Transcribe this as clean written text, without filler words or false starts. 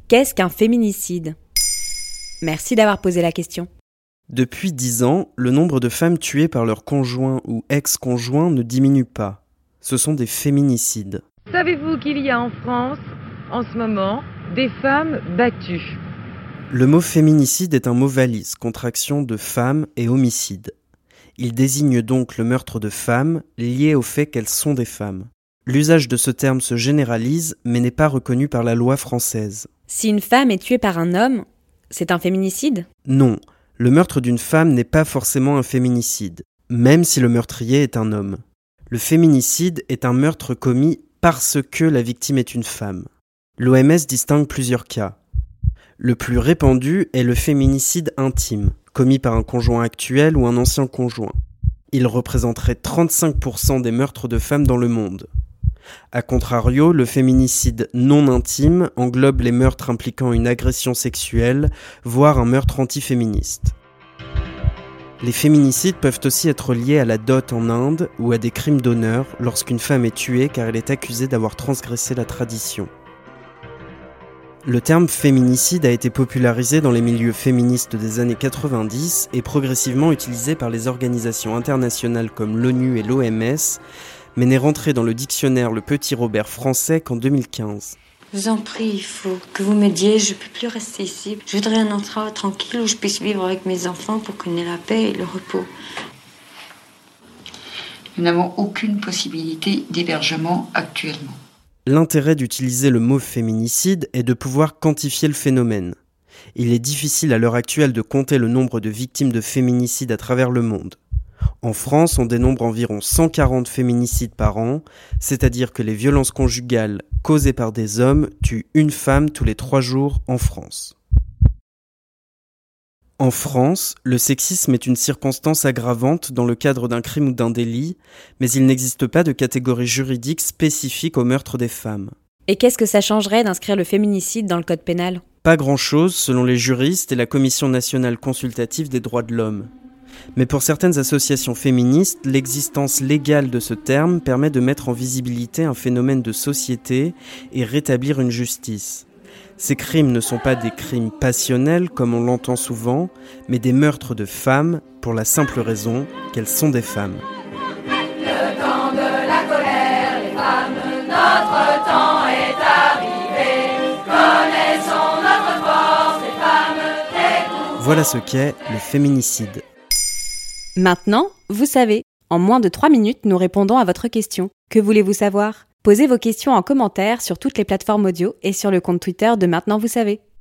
Qu'est-ce qu'un féminicide ? Merci d'avoir posé la question. Depuis 10 ans, le nombre de femmes tuées par leur conjoint ou ex-conjoint ne diminue pas. Ce sont des féminicides. Savez-vous qu'il y a en France, en ce moment, des femmes battues ? Le mot féminicide est un mot valise, contraction de femme et homicide. Il désigne donc le meurtre de femmes lié au fait qu'elles sont des femmes. L'usage de ce terme se généralise, mais n'est pas reconnu par la loi française. Si une femme est tuée par un homme, c'est un féminicide ? Non, le meurtre d'une femme n'est pas forcément un féminicide, même si le meurtrier est un homme. Le féminicide est un meurtre commis parce que la victime est une femme. L'OMS distingue plusieurs cas. Le plus répandu est le féminicide intime, commis par un conjoint actuel ou un ancien conjoint. Il représenterait 35% des meurtres de femmes dans le monde. A contrario, le féminicide non intime englobe les meurtres impliquant une agression sexuelle, voire un meurtre antiféministe. Les féminicides peuvent aussi être liés à la dot en Inde ou à des crimes d'honneur lorsqu'une femme est tuée car elle est accusée d'avoir transgressé la tradition. Le terme féminicide a été popularisé dans les milieux féministes des années 90 et progressivement utilisé par les organisations internationales comme l'ONU et l'OMS, mais n'est rentré dans le dictionnaire Le Petit Robert français qu'en 2015. Je vous en prie, il faut que vous m'aidiez, je ne peux plus rester ici. Je voudrais un endroit tranquille où je puisse vivre avec mes enfants pour qu'on ait la paix et le repos. Nous n'avons aucune possibilité d'hébergement actuellement. L'intérêt d'utiliser le mot féminicide est de pouvoir quantifier le phénomène. Il est difficile à l'heure actuelle de compter le nombre de victimes de féminicide à travers le monde. En France, on dénombre environ 140 féminicides par an, c'est-à-dire que les violences conjugales causées par des hommes tuent une femme tous les 3 jours en France. En France, le sexisme est une circonstance aggravante dans le cadre d'un crime ou d'un délit, mais il n'existe pas de catégorie juridique spécifique au meurtre des femmes. Et qu'est-ce que ça changerait d'inscrire le féminicide dans le code pénal ? Pas grand-chose selon les juristes et la Commission nationale consultative des droits de l'homme. Mais pour certaines associations féministes, l'existence légale de ce terme permet de mettre en visibilité un phénomène de société et rétablir une justice. Ces crimes ne sont pas des crimes passionnels comme on l'entend souvent, mais des meurtres de femmes pour la simple raison qu'elles sont des femmes. Le temps de la colère, les femmes, notre temps est arrivé. Connaissons notre force, les femmes, écoutons. Voilà ce qu'est le féminicide. Maintenant, vous savez. En moins de 3 minutes, nous répondons à votre question. Que voulez-vous savoir ? Posez vos questions en commentaire sur toutes les plateformes audio et sur le compte Twitter de Maintenant Vous Savez.